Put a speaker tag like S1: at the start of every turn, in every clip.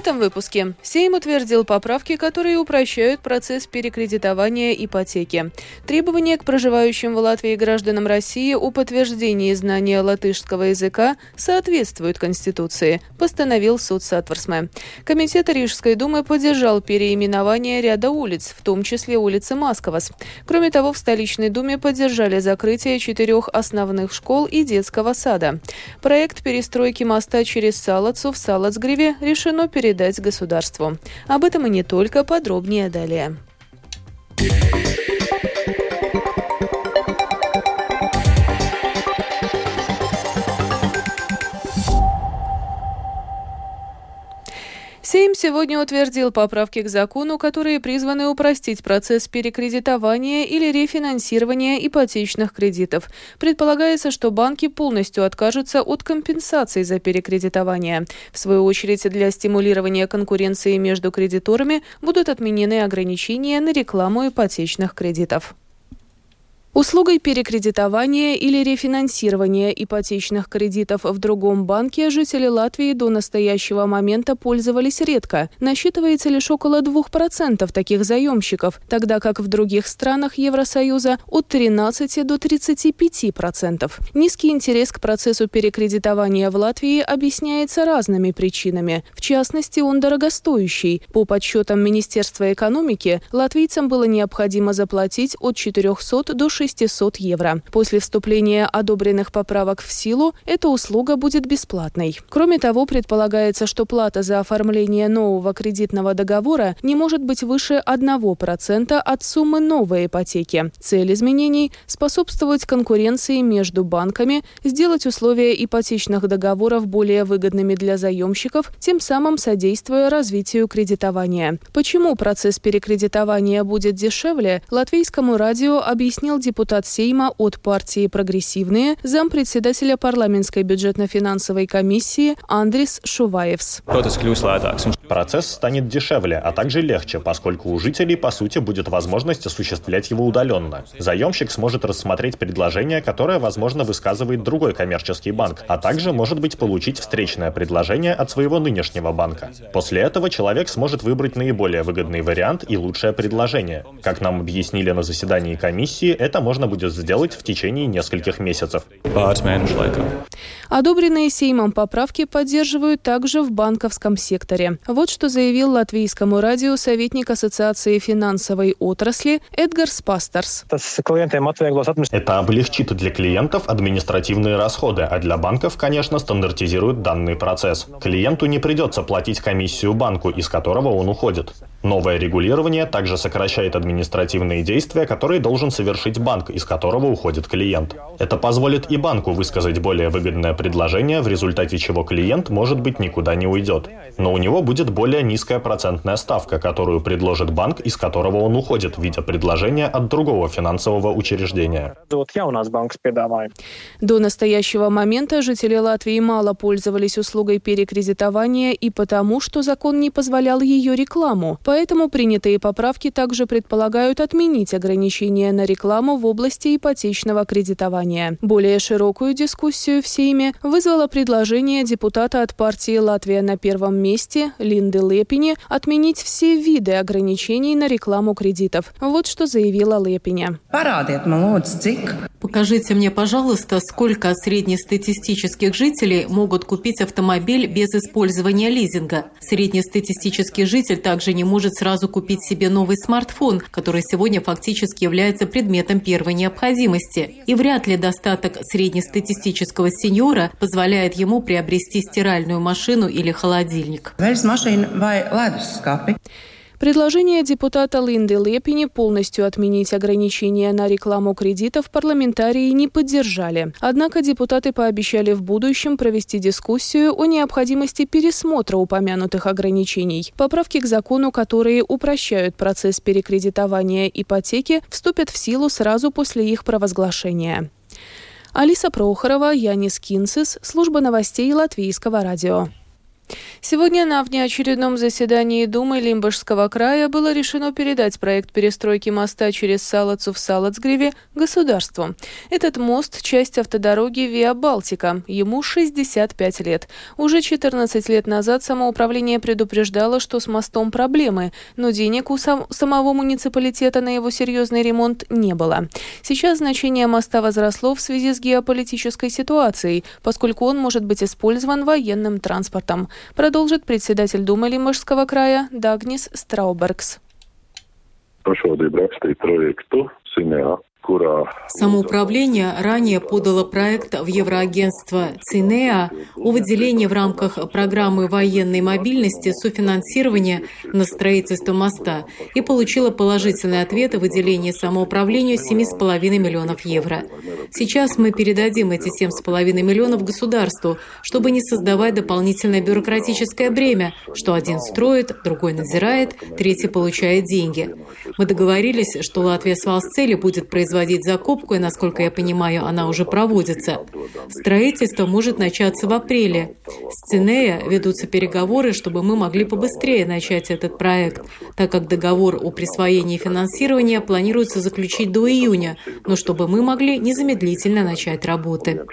S1: этом выпуске Сейм утвердил поправки, которые упрощают процесс перекредитования ипотеки. Требования к проживающим в Латвии гражданам России о подтверждении знания латышского языка соответствуют Конституции, постановил суд Сатверсме. Комитет Рижской думы поддержал переименование ряда улиц, в том числе улицы Маскавас. Кроме того, в столичной думе поддержали закрытие 4 основных школ и детского сада. Проект перестройки моста через Салацу в Салацгриве решено передать государству. Об этом и не только, подробнее далее. Сейм сегодня утвердил поправки к закону, которые призваны упростить процесс перекредитования или рефинансирования ипотечных кредитов. Предполагается, что банки полностью откажутся от компенсаций за перекредитование. В свою очередь, для стимулирования конкуренции между кредиторами будут отменены ограничения на рекламу ипотечных кредитов. Услугой перекредитования или рефинансирования ипотечных кредитов в другом банке жители Латвии до настоящего момента пользовались редко. Насчитывается лишь около 2% таких заемщиков, тогда как в других странах Евросоюза от 13 до 35%. Низкий интерес к процессу перекредитования в Латвии объясняется разными причинами. В частности, он дорогостоящий. По подсчетам Министерства экономики, латвийцам было необходимо заплатить от 400 до 600 евро. После вступления одобренных поправок в силу эта услуга будет бесплатной. Кроме того, предполагается, что плата за оформление нового кредитного договора не может быть выше 1% от суммы новой ипотеки. Цель изменений – способствовать конкуренции между банками, сделать условия ипотечных договоров более выгодными для заемщиков, тем самым содействуя развитию кредитования. Почему процесс перекредитования будет дешевле, Латвийскому радио объяснил депутат Сейма от партии «Прогрессивные», зампредседателя парламентской бюджетно-финансовой комиссии Андрис Шуваевс.
S2: Процесс станет дешевле, а также легче, поскольку у жителей, по сути, будет возможность осуществлять его удаленно. Заемщик сможет рассмотреть предложение, которое, возможно, высказывает другой коммерческий банк, а также, может быть, получить встречное предложение от своего нынешнего банка. После этого человек сможет выбрать наиболее выгодный вариант и лучшее предложение. Как нам объяснили на заседании комиссии, это можно будет сделать в течение нескольких месяцев.
S1: Одобренные Сеймом поправки поддерживают также в банковском секторе. Вот что заявил Латвийскому радио советник Ассоциации финансовой отрасли Эдгар Спастерс.
S2: Это облегчит для клиентов административные расходы, а для банков, конечно, стандартизирует данный процесс. Клиенту не придется платить комиссию банку, из которого он уходит. Новое регулирование также сокращает административные действия, которые должен совершить банк, из которого уходит клиент. Это позволит и банку высказать более выгодное предложение, в результате чего клиент, может быть, никуда не уйдет. Но у него будет более низкая процентная ставка, которую предложит банк, из которого он уходит, в виде предложения от другого финансового учреждения.
S1: До настоящего момента жители Латвии мало пользовались услугой перекредитования и потому, что закон не позволял ее рекламу. Поэтому принятые поправки также предполагают отменить ограничения на рекламу в области ипотечного кредитования. Более широкую дискуссию в Сейме вызвало предложение депутата от партии «Латвия на первом месте» Линды Лепини отменить все виды ограничений на рекламу кредитов. Вот что заявила Лепиня.
S3: Покажите мне, пожалуйста, сколько среднестатистических жителей могут купить автомобиль без использования лизинга. Среднестатистический житель также не может сразу купить себе новый смартфон, который сегодня фактически является предметом первой необходимости. И вряд ли достаток среднестатистического сеньора позволяет ему приобрести стиральную машину или холодильник.
S1: Предложение депутата Линды Лепини полностью отменить ограничения на рекламу кредитов парламентарии не поддержали. Однако депутаты пообещали в будущем провести дискуссию о необходимости пересмотра упомянутых ограничений. Поправки к закону, которые упрощают процесс перекредитования ипотеки, вступят в силу сразу после их провозглашения. Алиса Прохорова, Янис Кинцис, служба новостей Латвийского радио. Сегодня на внеочередном заседании Думы Лимбашского края было решено передать проект перестройки моста через Салацу в Салацгреве государству. Этот мост – часть автодороги Виа Балтика. Ему 65 лет. Уже 14 лет назад самоуправление предупреждало, что с мостом проблемы, но денег у самого муниципалитета на его серьезный ремонт не было. Сейчас значение моста возросло в связи с геополитической ситуацией, поскольку он может быть использован военным транспортом. Продолжит председатель Думы Лимбашского края Дагнис Страубергс.
S3: Самоуправление ранее подало проект в Евроагентство ЦИНЕА о выделении в рамках программы военной мобильности софинансирования на строительство моста и получило положительный ответ о выделении самоуправлению 7,5 миллионов евро. Сейчас мы передадим эти 7,5 миллионов государству, чтобы не создавать дополнительное бюрократическое бремя, что один строит, другой надзирает, третий получает деньги. Мы договорились, что Латвия с Валсцели будет производить закупку, и, насколько я понимаю, она уже проводится. Строительство может начаться в апреле. С ЦИНЕА ведутся переговоры, чтобы мы могли побыстрее начать этот проект, так как договор о присвоении финансирования планируется заключить до июня, но чтобы мы могли незамедлительно начать работы.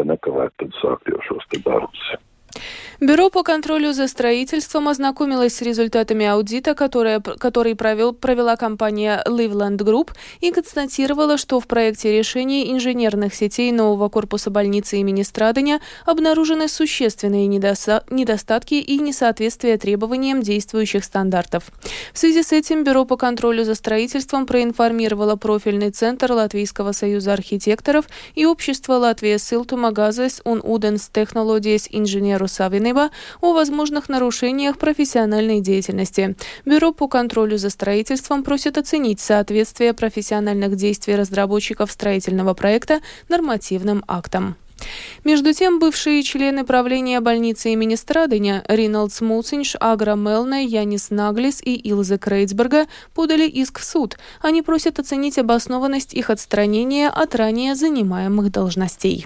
S1: Бюро по контролю за строительством ознакомилось с результатами аудита, который провела компания Liveland Group, и констатировала, что в проекте решений инженерных сетей нового корпуса больницы имени Страдания обнаружены существенные недостатки и несоответствия требованиям действующих стандартов. В связи с этим Бюро по контролю за строительством проинформировало профильный центр Латвийского союза архитекторов и общество Латвия Siltumagazes un Ūdens Tehnoloģijas Inženieru Savienība о возможных нарушениях профессиональной деятельности. Бюро по контролю за строительством просит оценить соответствие профессиональных действий разработчиков строительного проекта нормативным актам. Между тем, бывшие члены правления больницы имени Страдания Риналдс Муцинш, Агра Мелне, Янис Наглис и Илзе Крейцберга подали иск в суд. Они просят оценить обоснованность их отстранения от ранее занимаемых должностей.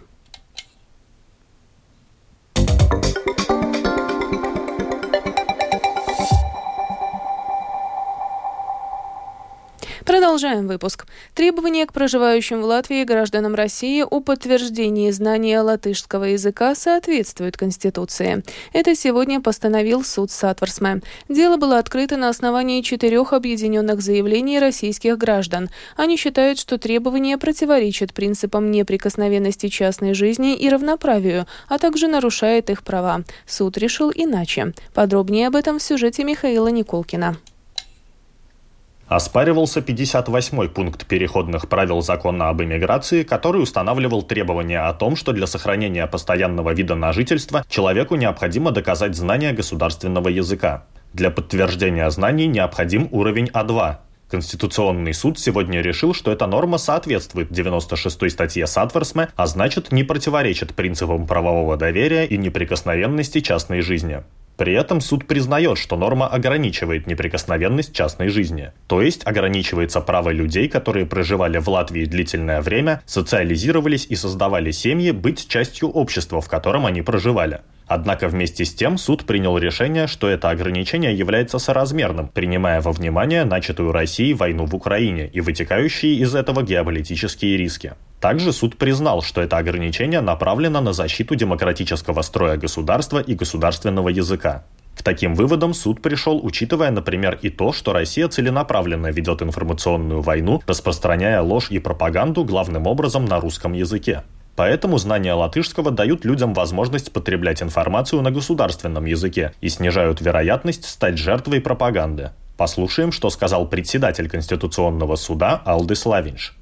S1: Продолжаем выпуск. Требования к проживающим в Латвии гражданам России о подтверждении знания латышского языка соответствуют Конституции. Это сегодня постановил суд Сатверсме. Дело было открыто на основании 4 объединенных заявлений российских граждан. Они считают, что требования противоречат принципам неприкосновенности частной жизни и равноправию, а также нарушает их права. Суд решил иначе. Подробнее об этом в сюжете Михаила Никулкина.
S2: Оспаривался 58-й пункт переходных правил закона об иммиграции, который устанавливал требования о том, что для сохранения постоянного вида на жительство человеку необходимо доказать знание государственного языка. Для подтверждения знаний необходим уровень А2. Конституционный суд сегодня решил, что эта норма соответствует 96-й статье Сатверсме, а значит, не противоречит принципам правового доверия и неприкосновенности частной жизни. При этом суд признает, что норма ограничивает неприкосновенность частной жизни. То есть ограничивается право людей, которые проживали в Латвии длительное время, социализировались и создавали семьи, быть частью общества, в котором они проживали. Однако вместе с тем суд принял решение, что это ограничение является соразмерным, принимая во внимание начатую Россией войну в Украине и вытекающие из этого геополитические риски. Также суд признал, что это ограничение направлено на защиту демократического строя государства и государственного языка. К таким выводам суд пришел, учитывая, например, и то, что Россия целенаправленно ведет информационную войну, распространяя ложь и пропаганду главным образом на русском языке. Поэтому знания латышского дают людям возможность потреблять информацию на государственном языке и снижают вероятность стать жертвой пропаганды. Послушаем, что сказал председатель Конституционного суда Алдис Лавинш.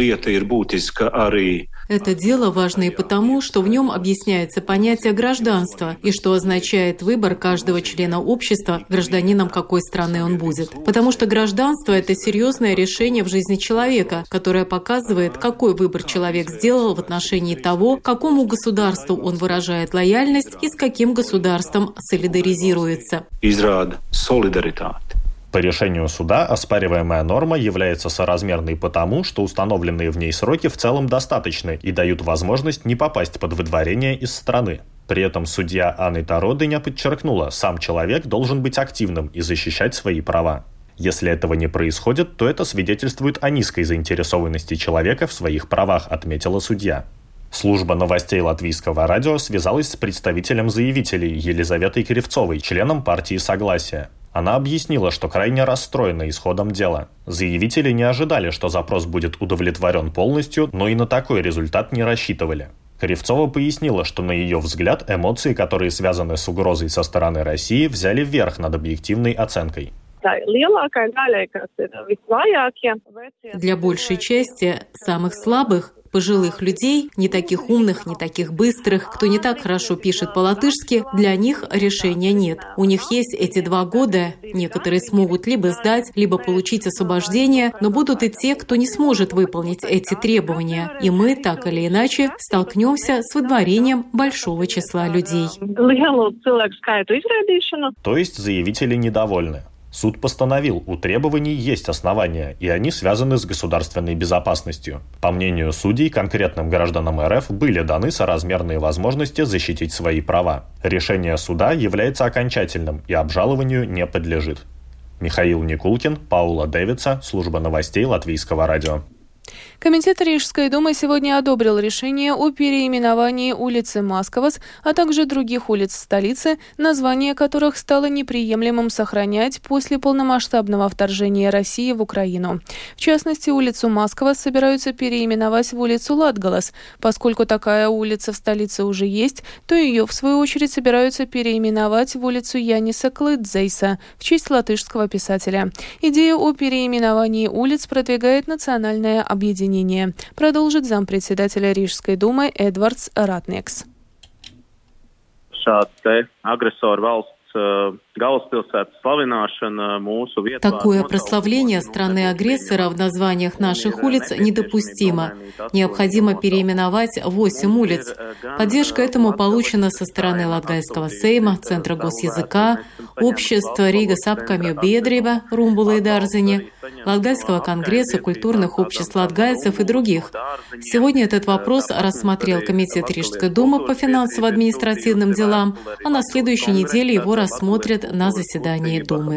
S3: Это дело важно и потому, что в нем объясняется понятие гражданства и что означает выбор каждого члена общества, гражданином какой страны он будет. Потому что гражданство – это серьезное решение в жизни человека, которое показывает, какой выбор человек сделал в отношении того, какому государству он выражает лояльность и с каким государством солидаризируется.
S2: По решению суда, оспариваемая норма является соразмерной потому, что установленные в ней сроки в целом достаточны и дают возможность не попасть под выдворение из страны. При этом судья Анна Тародыня подчеркнула, сам человек должен быть активным и защищать свои права. Если этого не происходит, то это свидетельствует о низкой заинтересованности человека в своих правах, отметила судья. Служба новостей Латвийского радио связалась с представителем заявителей Елизаветой Кривцовой, членом партии «Согласие». Она объяснила, что крайне расстроена исходом дела. Заявители не ожидали, что запрос будет удовлетворен полностью, но и на такой результат не рассчитывали. Кривцова пояснила, что на ее взгляд эмоции, которые связаны с угрозой со стороны России, взяли верх над объективной оценкой.
S3: Для большей части самых слабых, пожилых людей, не таких умных, не таких быстрых, кто не так хорошо пишет по-латышски, для них решения нет. У них есть эти 2 года, некоторые смогут либо сдать, либо получить освобождение, но будут и те, кто не сможет выполнить эти требования. И мы, так или иначе, столкнемся с выдворением большого числа людей.
S2: То есть заявители недовольны. Суд постановил, у требований есть основания, и они связаны с государственной безопасностью. По мнению судей, конкретным гражданам РФ были даны соразмерные возможности защитить свои права. Решение суда является окончательным и обжалованию не подлежит. Михаил Никулкин, Паула Дэвидса, служба новостей Латвийского радио.
S1: Комитет Рижской думы сегодня одобрил решение о переименовании улицы Маскавас, а также других улиц столицы, название которых стало неприемлемым сохранять после полномасштабного вторжения России в Украину. В частности, улицу Маскавас собираются переименовать в улицу Латгалас. Поскольку такая улица в столице уже есть, то ее, в свою очередь, собираются переименовать в улицу Яниса Клыдзейса в честь латышского писателя. Идею о переименовании улиц продвигает национальное объединение. Продолжит зампредседателя Рижской думы Эдвардс Ратнекс.
S3: Такое прославление страны-агрессора в названиях наших улиц недопустимо. Необходимо переименовать 8 улиц. Поддержка этому получена со стороны Латгальского сейма, Центра госязыка, общества Рига Сапкамью Бедреба, Румбула и Дарзини, Латгальского конгресса культурных обществ латгальцев и других. Сегодня этот вопрос рассмотрел Комитет Рижской думы по финансово-административным делам, а на следующей неделе его рассмотрят на заседании Думы.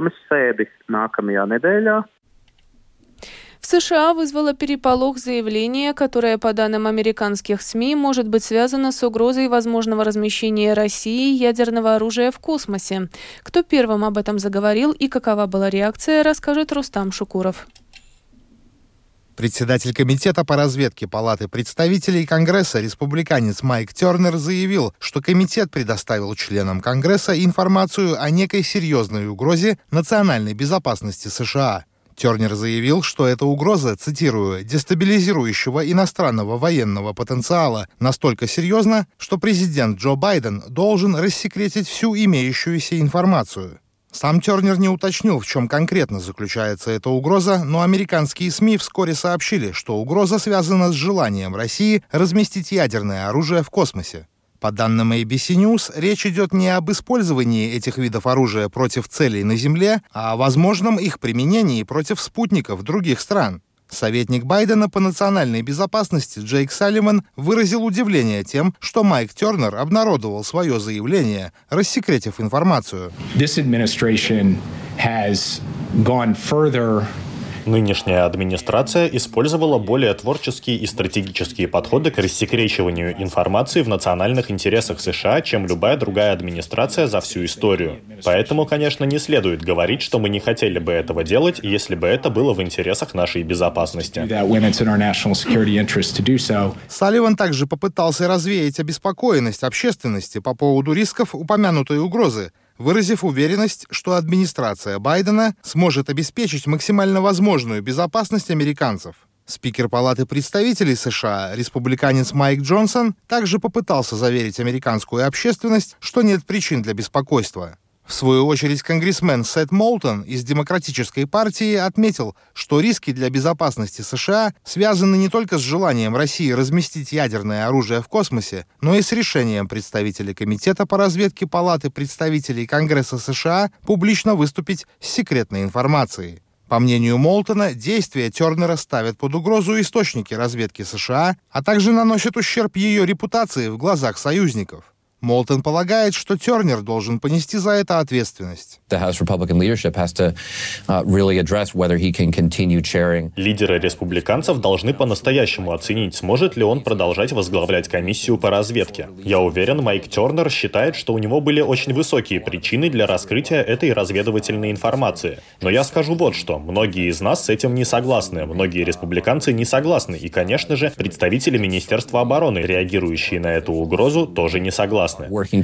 S1: В США вызвало переполох заявление, которое, по данным американских СМИ, может быть связано с угрозой возможного размещения России ядерного оружия в космосе. Кто первым об этом заговорил и какова была реакция, расскажет Рустам Шукуров.
S4: Председатель комитета по разведке Палаты представителей Конгресса, республиканец Майк Тернер, заявил, что комитет предоставил членам Конгресса информацию о некой серьезной угрозе национальной безопасности США. Тернер заявил, что эта угроза, цитирую, «дестабилизирующего иностранного военного потенциала настолько серьезна, что президент Джо Байден должен рассекретить всю имеющуюся информацию». Сам Тернер не уточнил, в чем конкретно заключается эта угроза, но американские СМИ вскоре сообщили, что угроза связана с желанием России разместить ядерное оружие в космосе. По данным ABC News, речь идет не об использовании этих видов оружия против целей на Земле, а о возможном их применении против спутников других стран. Советник Байдена по национальной безопасности Джейк Салливан выразил удивление тем, что Майк Тернер обнародовал свое заявление, рассекретив информацию.
S2: Нынешняя администрация использовала более творческие и стратегические подходы к рассекречиванию информации в национальных интересах США, чем любая другая администрация за всю историю. Поэтому, конечно, не следует говорить, что мы не хотели бы этого делать, если бы это было в интересах нашей безопасности.
S4: Салливан также попытался развеять обеспокоенность общественности по поводу рисков упомянутой угрозы, выразив уверенность, что администрация Байдена сможет обеспечить максимально возможную безопасность американцев. Спикер Палаты представителей США, республиканец Майк Джонсон, также попытался заверить американскую общественность, что нет причин для беспокойства. В свою очередь, конгрессмен Сет Молтон из Демократической партии отметил, что риски для безопасности США связаны не только с желанием России разместить ядерное оружие в космосе, но и с решением представителей Комитета по разведке Палаты представителей Конгресса США публично выступить с секретной информацией. По мнению Молтона, действия Тернера ставят под угрозу источники разведки США, а также наносят ущерб ее репутации в глазах союзников. Молтон полагает, что Тернер должен понести за это ответственность.
S2: Лидеры республиканцев должны по-настоящему оценить, сможет ли он продолжать возглавлять комиссию по разведке. Я уверен, Майк Тернер считает, что у него были очень высокие причины для раскрытия этой разведывательной информации. Но я скажу вот что. Многие из нас с этим не согласны. Многие республиканцы не согласны. И, конечно же, представители Министерства обороны, реагирующие на эту угрозу, тоже не согласны.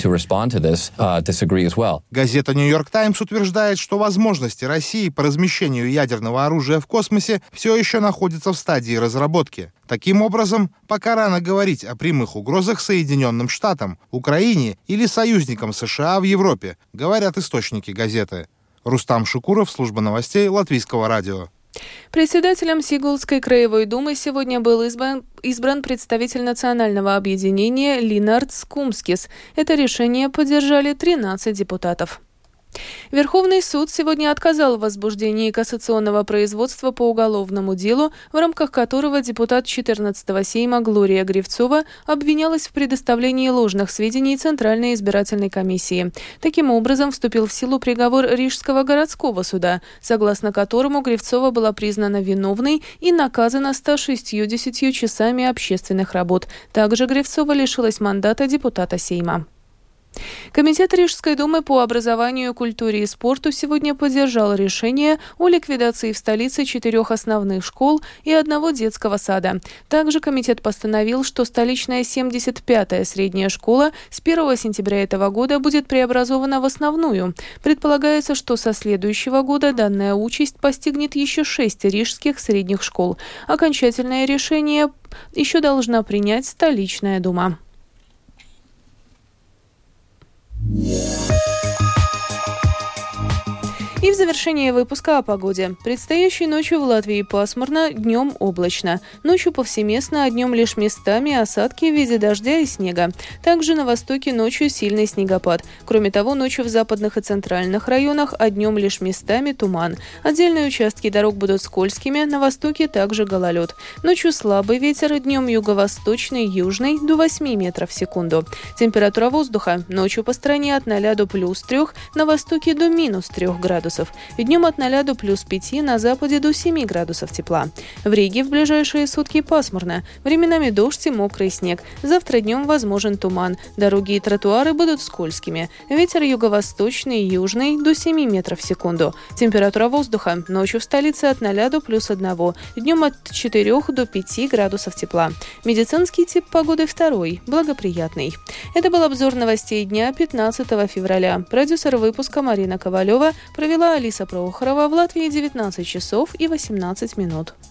S4: Газета «Нью-Йорк Таймс» утверждает, что возможности России по размещению ядерного оружия в космосе все еще находятся в стадии разработки. Таким образом, пока рано говорить о прямых угрозах Соединенным Штатам, Украине или союзникам США в Европе, говорят источники газеты. Рустам Шукуров, служба новостей Латвийского радио.
S1: Председателем Сигулской краевой думы сегодня был избран представитель национального объединения Линардс Кумскис. Это решение поддержали 13 депутатов. Верховный суд сегодня отказал в возбуждении кассационного производства по уголовному делу, в рамках которого депутат 14-го Сейма Глория Гривцова обвинялась в предоставлении ложных сведений Центральной избирательной комиссии. Таким образом, вступил в силу приговор Рижского городского суда, согласно которому Гривцова была признана виновной и наказана 160 часами общественных работ. Также Гривцова лишилась мандата депутата Сейма. Комитет Рижской думы по образованию, культуре и спорту сегодня поддержал решение о ликвидации в столице 4 основных школ и 1 детского сада. Также комитет постановил, что столичная 75-я средняя школа с 1 сентября этого года будет преобразована в основную. Предполагается, что со следующего года данная участь постигнет еще 6 рижских средних школ. Окончательное решение еще должна принять столичная дума. И в завершение выпуска о погоде. Предстоящей ночью в Латвии пасмурно, днем облачно. Ночью повсеместно, а днем лишь местами осадки в виде дождя и снега. Также на востоке ночью сильный снегопад. Кроме того, ночью в западных и центральных районах, а днем лишь местами туман. Отдельные участки дорог будут скользкими, на востоке также гололед. Ночью слабый ветер, днем юго-восточный, южный до 8 метров в секунду. Температура воздуха ночью по стране от 0 до +3, на востоке до -3 градусов. Днем от 0 до +5, на западе до 7 градусов тепла. В Риге в ближайшие сутки пасмурно. Временами дождь и мокрый снег. Завтра днем возможен туман. Дороги и тротуары будут скользкими. Ветер юго-восточный и южный до 7 метров в секунду. Температура воздуха ночью в столице от 0 до +1. Днем от 4 до 5 градусов тепла. Медицинский тип погоды 2, благоприятный. Это был обзор новостей дня 15 февраля. Продюсер выпуска Марина Ковалева, провела Алиса Прохорова. В Латвии 19 часов и 18 минут.